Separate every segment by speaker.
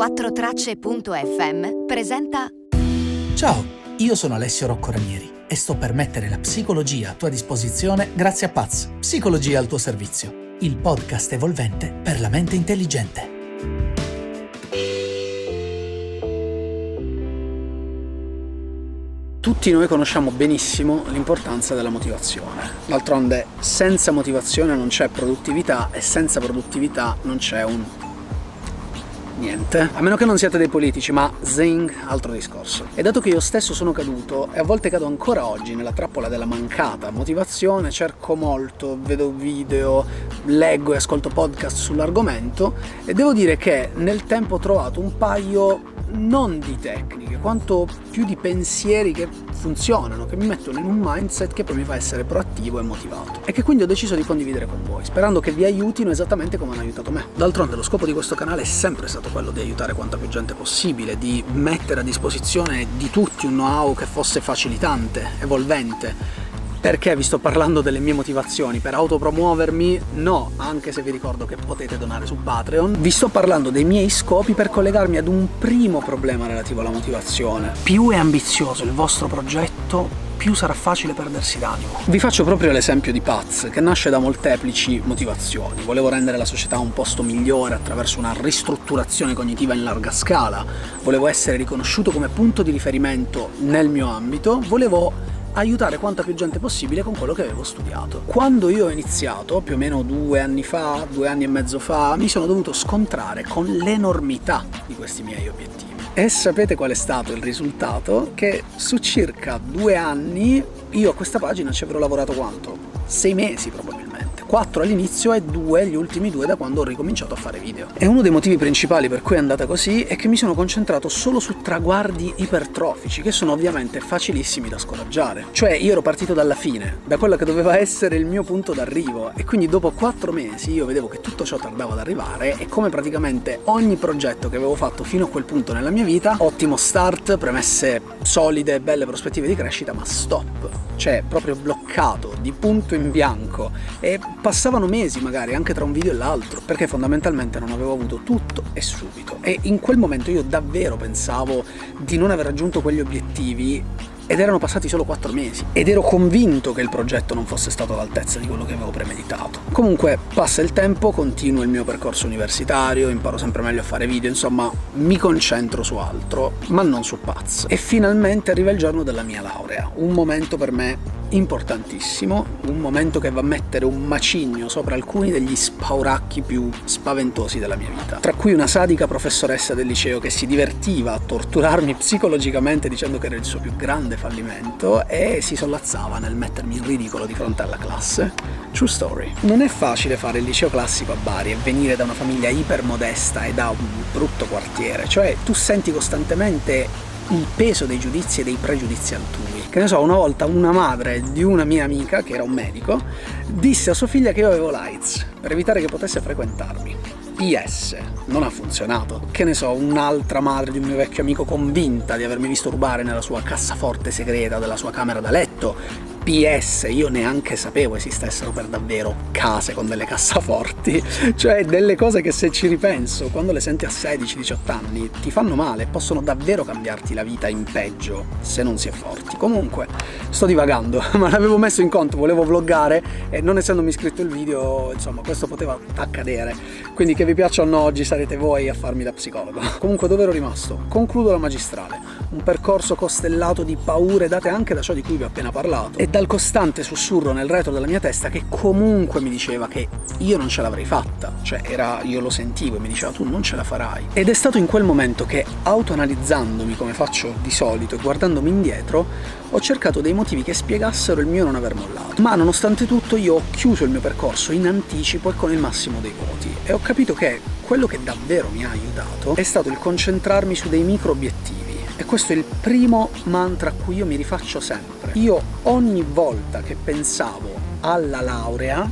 Speaker 1: 4Tracce.fm presenta.
Speaker 2: Ciao, io sono Alessio Rocco Ranieri e sto per mettere la psicologia a tua disposizione grazie a Paz, Psicologia al tuo servizio, il podcast evolvente per la mente intelligente.
Speaker 3: Tutti noi conosciamo benissimo l'importanza della motivazione. D'altronde, senza motivazione non c'è produttività e senza produttività non c'è niente. A meno che non siate dei politici, ma zing, altro discorso. E dato che io stesso sono caduto, e a volte cado ancora oggi nella trappola della mancata motivazione, cerco molto, vedo video, leggo e ascolto podcast sull'argomento, e devo dire che nel tempo ho trovato un paio non di tecniche, quanto più di pensieri che funzionano, che mi mettono in un mindset che poi mi fa essere proattivo e motivato, e che quindi ho deciso di condividere con voi, sperando che vi aiutino esattamente come hanno aiutato me. D'altronde lo scopo di questo canale è sempre stato quello di aiutare quanta più gente possibile, di mettere a disposizione di tutti un know-how che fosse facilitante, evolvente. Perché vi sto parlando delle mie motivazioni? Per autopromuovermi? No, anche se vi ricordo che potete donare su Patreon. Vi sto parlando dei miei scopi per collegarmi ad un primo problema relativo alla motivazione. Più è ambizioso il vostro progetto, più sarà facile perdersi d'animo. Vi faccio proprio l'esempio di Paz, che nasce da molteplici motivazioni. Volevo rendere la società un posto migliore attraverso una ristrutturazione cognitiva in larga scala, volevo essere riconosciuto come punto di riferimento nel mio ambito, volevo aiutare quanta più gente possibile con quello che avevo studiato. Quando io ho iniziato, più o meno 2 anni fa, 2 anni e mezzo fa, mi sono dovuto scontrare con l'enormità di questi miei obiettivi. E sapete qual è stato il risultato? Che su circa 2 anni io a questa pagina ci avrò lavorato quanto? 6 mesi probabilmente. 4 all'inizio e 2 gli ultimi 2 da quando ho ricominciato a fare video. E uno dei motivi principali per cui è andata così è che mi sono concentrato solo su traguardi ipertrofici, che sono ovviamente facilissimi da scoraggiare. Cioè io ero partito dalla fine, da quella che doveva essere il mio punto d'arrivo, e quindi dopo 4 mesi io vedevo che tutto ciò tardava ad arrivare, e come praticamente ogni progetto che avevo fatto fino a quel punto nella mia vita, ottimo start, premesse solide, belle prospettive di crescita, ma stop. Cioè proprio bloccato, di punto in bianco, e passavano mesi magari anche tra un video e l'altro, perché fondamentalmente non avevo avuto tutto e subito. E in quel momento io davvero pensavo di non aver raggiunto quegli obiettivi, ed erano passati solo 4 mesi, ed ero convinto che il progetto non fosse stato all'altezza di quello che avevo premeditato. Comunque passa il tempo, continuo il mio percorso universitario, imparo sempre meglio a fare video, insomma mi concentro su altro, ma non su Paz. E finalmente arriva il giorno della mia laurea, un momento per me importantissimo, un momento che va a mettere un macigno sopra alcuni degli spauracchi più spaventosi della mia vita, tra cui una sadica professoressa del liceo che si divertiva a torturarmi psicologicamente dicendo che era il suo più grande fallimento e si sollazzava nel mettermi in ridicolo di fronte alla classe. True story. Non è facile fare il liceo classico a Bari e venire da una famiglia ipermodesta e da un brutto quartiere, cioè tu senti costantemente il peso dei giudizi e dei pregiudizi altrui. Che ne so, una volta una madre di una mia amica, che era un medico, disse a sua figlia che io avevo l'AIDS per evitare che potesse frequentarmi. PS, non ha funzionato. Che ne so, un'altra madre di un mio vecchio amico convinta di avermi visto rubare nella sua cassaforte segreta della sua camera da letto. PS, io neanche sapevo esistessero per davvero case con delle cassaforti, cioè delle cose che, se ci ripenso, quando le senti a 16-18 anni ti fanno male, possono davvero cambiarti la vita in peggio se non si è forti. Comunque sto divagando, ma l'avevo messo in conto, volevo vloggare e non essendomi iscritto il video, insomma, questo poteva accadere, quindi che vi piaccia o no, oggi sarete voi a farmi da psicologo. Comunque dove ero rimasto? Concludo la magistrale, un percorso costellato di paure date anche da ciò di cui vi ho appena parlato, e dal costante sussurro nel retro della mia testa che comunque mi diceva che io non ce l'avrei fatta, cioè io lo sentivo e mi diceva tu non ce la farai. Ed è stato in quel momento che, autoanalizzandomi come faccio di solito e guardandomi indietro, ho cercato dei motivi che spiegassero il mio non aver mollato. Ma nonostante tutto io ho chiuso il mio percorso in anticipo e con il massimo dei voti, e ho capito che quello che davvero mi ha aiutato è stato il concentrarmi su dei micro obiettivi. E questo è il primo mantra a cui io mi rifaccio sempre. Io ogni volta che pensavo alla laurea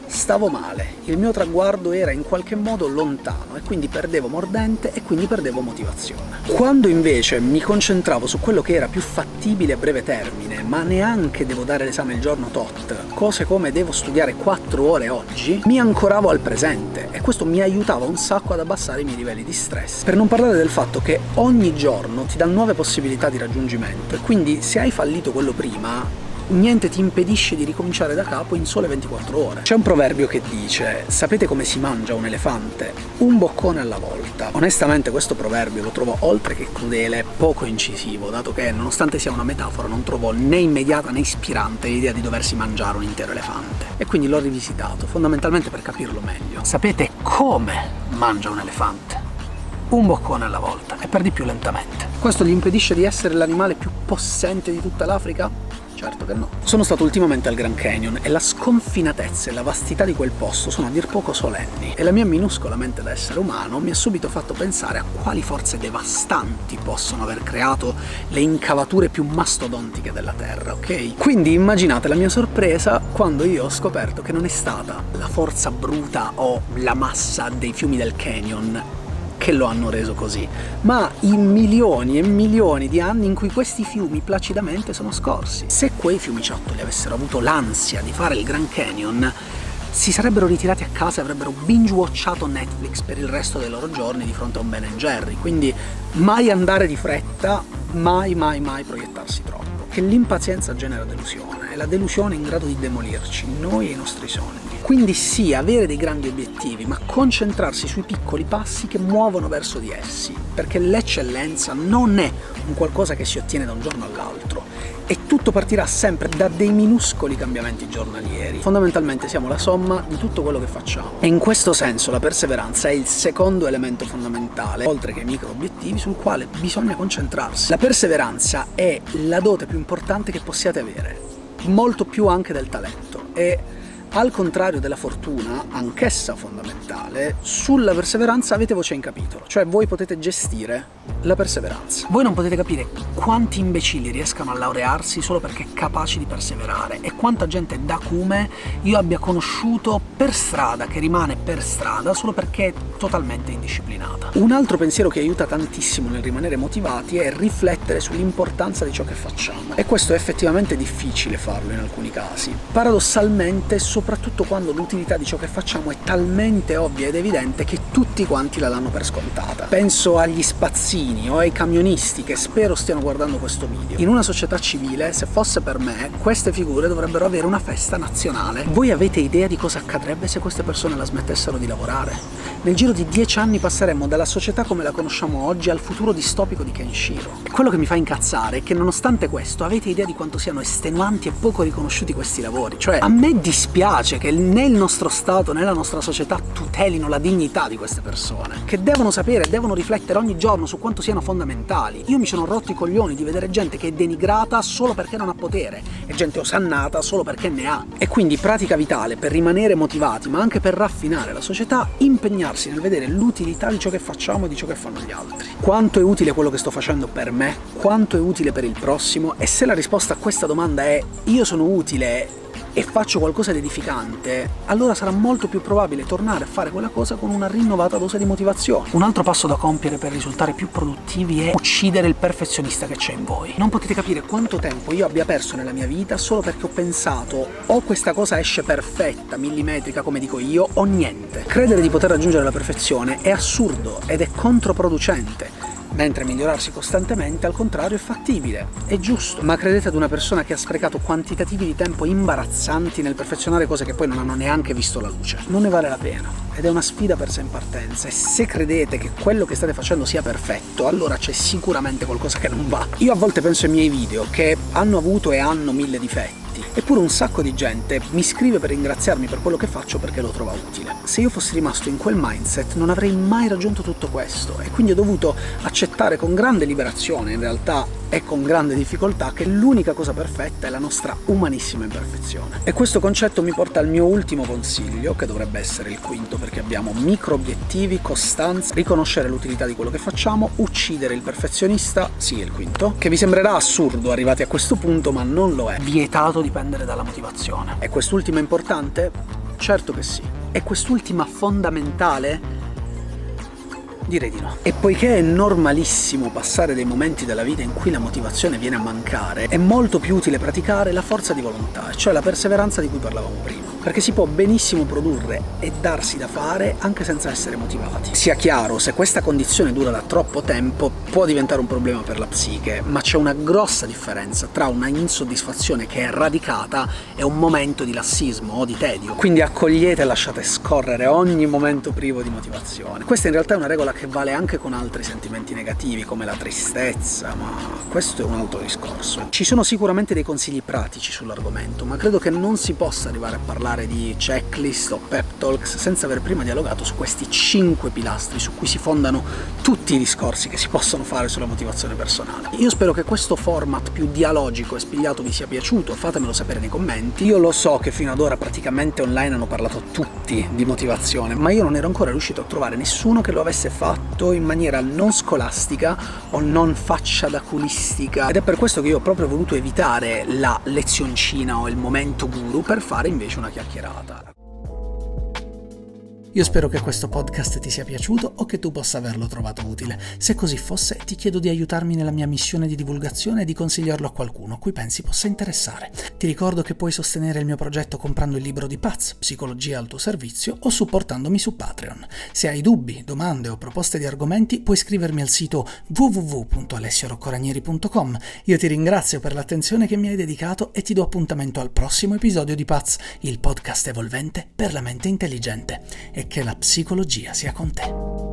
Speaker 3: stavo male, il mio traguardo era in qualche modo lontano e quindi perdevo mordente e quindi perdevo motivazione. Quando invece mi concentravo su quello che era più fattibile a breve termine, ma neanche devo dare l'esame il giorno tot, cose come devo studiare 4 ore oggi, mi ancoravo al presente e questo mi aiutava un sacco ad abbassare i miei livelli di stress. Per non parlare del fatto che ogni giorno ti dà nuove possibilità di raggiungimento e quindi se hai fallito quello prima, niente ti impedisce di ricominciare da capo in sole 24 ore. C'è un proverbio che dice: sapete come si mangia un elefante? Un boccone alla volta. Onestamente questo proverbio lo trovo oltre che crudele, poco incisivo, dato che nonostante sia una metafora non trovo né immediata né ispirante l'idea di doversi mangiare un intero elefante. E quindi l'ho rivisitato, fondamentalmente per capirlo meglio. Sapete come mangia un elefante? Un boccone alla volta, e per di più lentamente. Questo gli impedisce di essere l'animale più possente di tutta l'Africa? Certo che no. Sono stato ultimamente al Grand Canyon e la sconfinatezza e la vastità di quel posto sono a dir poco solenni e la mia minuscola mente da essere umano mi ha subito fatto pensare a quali forze devastanti possono aver creato le incavature più mastodontiche della Terra, ok? Quindi immaginate la mia sorpresa quando io ho scoperto che non è stata la forza bruta o la massa dei fiumi del canyon che lo hanno reso così, ma i milioni e milioni di anni in cui questi fiumi placidamente sono scorsi. Se quei fiumiciattoli avessero avuto l'ansia di fare il Grand Canyon, si sarebbero ritirati a casa e avrebbero binge-watchato Netflix per il resto dei loro giorni di fronte a un Ben & Jerry, quindi mai andare di fretta, mai proiettarsi troppo. Che l'impazienza genera delusione, e la delusione è in grado di demolirci, noi e i nostri sogni. Quindi sì, avere dei grandi obiettivi, ma concentrarsi sui piccoli passi che muovono verso di essi, perché l'eccellenza non è un qualcosa che si ottiene da un giorno all'altro, e tutto partirà sempre da dei minuscoli cambiamenti giornalieri. Fondamentalmente siamo la somma di tutto quello che facciamo. E in questo senso la perseveranza è il secondo elemento fondamentale, oltre che i micro obiettivi, sul quale bisogna concentrarsi. La perseveranza è la dote più importante che possiate avere, molto più anche del talento, e al contrario della fortuna, anch'essa fondamentale, sulla perseveranza avete voce in capitolo, cioè voi potete gestire la perseveranza. Voi non potete capire quanti imbecilli riescano a laurearsi solo perché capaci di perseverare e quanta gente d'acume io abbia conosciuto per strada, che rimane per strada solo perché è totalmente indisciplinata. Un altro pensiero che aiuta tantissimo nel rimanere motivati è riflettere sull'importanza di ciò che facciamo, e questo è effettivamente difficile farlo in alcuni casi. Paradossalmente, soprattutto quando l'utilità di ciò che facciamo è talmente ovvia ed evidente che tutti quanti la danno per scontata. Penso agli spazzini o ai camionisti che spero stiano guardando questo video. In una società civile, se fosse per me, queste figure dovrebbero avere una festa nazionale. Voi avete idea di cosa accadrebbe se queste persone la smettessero di lavorare? Nel giro di 10 anni passeremmo dalla società come la conosciamo oggi al futuro distopico di Kenshiro. E quello che mi fa incazzare è che nonostante questo avete idea di quanto siano estenuanti e poco riconosciuti questi lavori. Cioè, a me dispiace che né il nostro Stato né la nostra società tutelino la dignità di queste persone, che devono sapere, devono riflettere ogni giorno su quanto siano fondamentali. Io mi sono rotto i coglioni di vedere gente che è denigrata solo perché non ha potere e gente osannata solo perché ne ha. E quindi pratica vitale per rimanere motivati, ma anche per raffinare la società, impegnarsi nel vedere l'utilità di ciò che facciamo e di ciò che fanno gli altri. Quanto è utile quello che sto facendo per me? Quanto è utile per il prossimo? E se la risposta a questa domanda è io sono utile e faccio qualcosa di edificante, allora sarà molto più probabile tornare a fare quella cosa con una rinnovata dose di motivazione. Un altro passo da compiere per risultare più produttivi è uccidere il perfezionista che c'è in voi. Non potete capire quanto tempo io abbia perso nella mia vita solo perché ho pensato o questa cosa esce perfetta, millimetrica come dico io, o niente. Credere di poter raggiungere la perfezione è assurdo ed è controproducente, mentre migliorarsi costantemente, al contrario, è fattibile, è giusto. Ma credete ad una persona che ha sprecato quantitativi di tempo imbarazzanti nel perfezionare cose che poi non hanno neanche visto la luce? Non ne vale la pena, ed è una sfida persa in partenza, e se credete che quello che state facendo sia perfetto, allora c'è sicuramente qualcosa che non va. Io a volte penso ai miei video, che hanno avuto e hanno 1000 difetti, eppure un sacco di gente mi scrive per ringraziarmi per quello che faccio perché lo trova utile. Se io fossi rimasto in quel mindset non avrei mai raggiunto tutto questo, e quindi ho dovuto accettare con grande liberazione, in realtà, e con grande difficoltà, che l'unica cosa perfetta è la nostra umanissima imperfezione. E questo concetto mi porta al mio ultimo consiglio, che dovrebbe essere il quinto, perché abbiamo micro obiettivi, costanza, riconoscere l'utilità di quello che facciamo, uccidere il perfezionista, sì, è il quinto, che vi sembrerà assurdo arrivati a questo punto, ma non lo è. Vietato dipendere dalla motivazione. E quest'ultimo è importante? Certo che sì. E quest'ultima fondamentale? Direi di no. E poiché è normalissimo passare dei momenti della vita in cui la motivazione viene a mancare, è molto più utile praticare la forza di volontà, cioè la perseveranza di cui parlavamo prima. Perché si può benissimo produrre e darsi da fare anche senza essere motivati. Sia chiaro, se questa condizione dura da troppo tempo può diventare un problema per la psiche, ma c'è una grossa differenza tra una insoddisfazione che è radicata e un momento di lassismo o di tedio. Quindi accogliete e lasciate scorrere ogni momento privo di motivazione. Questa in realtà è una regola che vale anche con altri sentimenti negativi come la tristezza, ma questo è un altro discorso. Ci sono sicuramente dei consigli pratici sull'argomento, ma credo che non si possa arrivare a parlare di checklist o pep talks senza aver prima dialogato su questi 5 pilastri su cui si fondano tutti i discorsi che si possono fare sulla motivazione personale. Io spero che questo format più dialogico e spigliato vi sia piaciuto, fatemelo sapere nei commenti. Io lo so che fino ad ora praticamente online hanno parlato tutti di motivazione, ma io non ero ancora riuscito a trovare nessuno che lo avesse fatto in maniera non scolastica o non faccia da culistica, ed è per questo che io ho proprio voluto evitare la lezioncina o il momento guru per fare invece una chiacchierata.
Speaker 2: Io spero che questo podcast ti sia piaciuto o che tu possa averlo trovato utile. Se così fosse, ti chiedo di aiutarmi nella mia missione di divulgazione e di consigliarlo a qualcuno a cui pensi possa interessare. Ti ricordo che puoi sostenere il mio progetto comprando il libro di Paz, Psicologia al tuo servizio, o supportandomi su Patreon. Se hai dubbi, domande o proposte di argomenti, puoi scrivermi al sito www.alessioroccoranieri.com. Io ti ringrazio per l'attenzione che mi hai dedicato e ti do appuntamento al prossimo episodio di Paz, il podcast evolvente per la mente intelligente. E che la psicologia sia con te.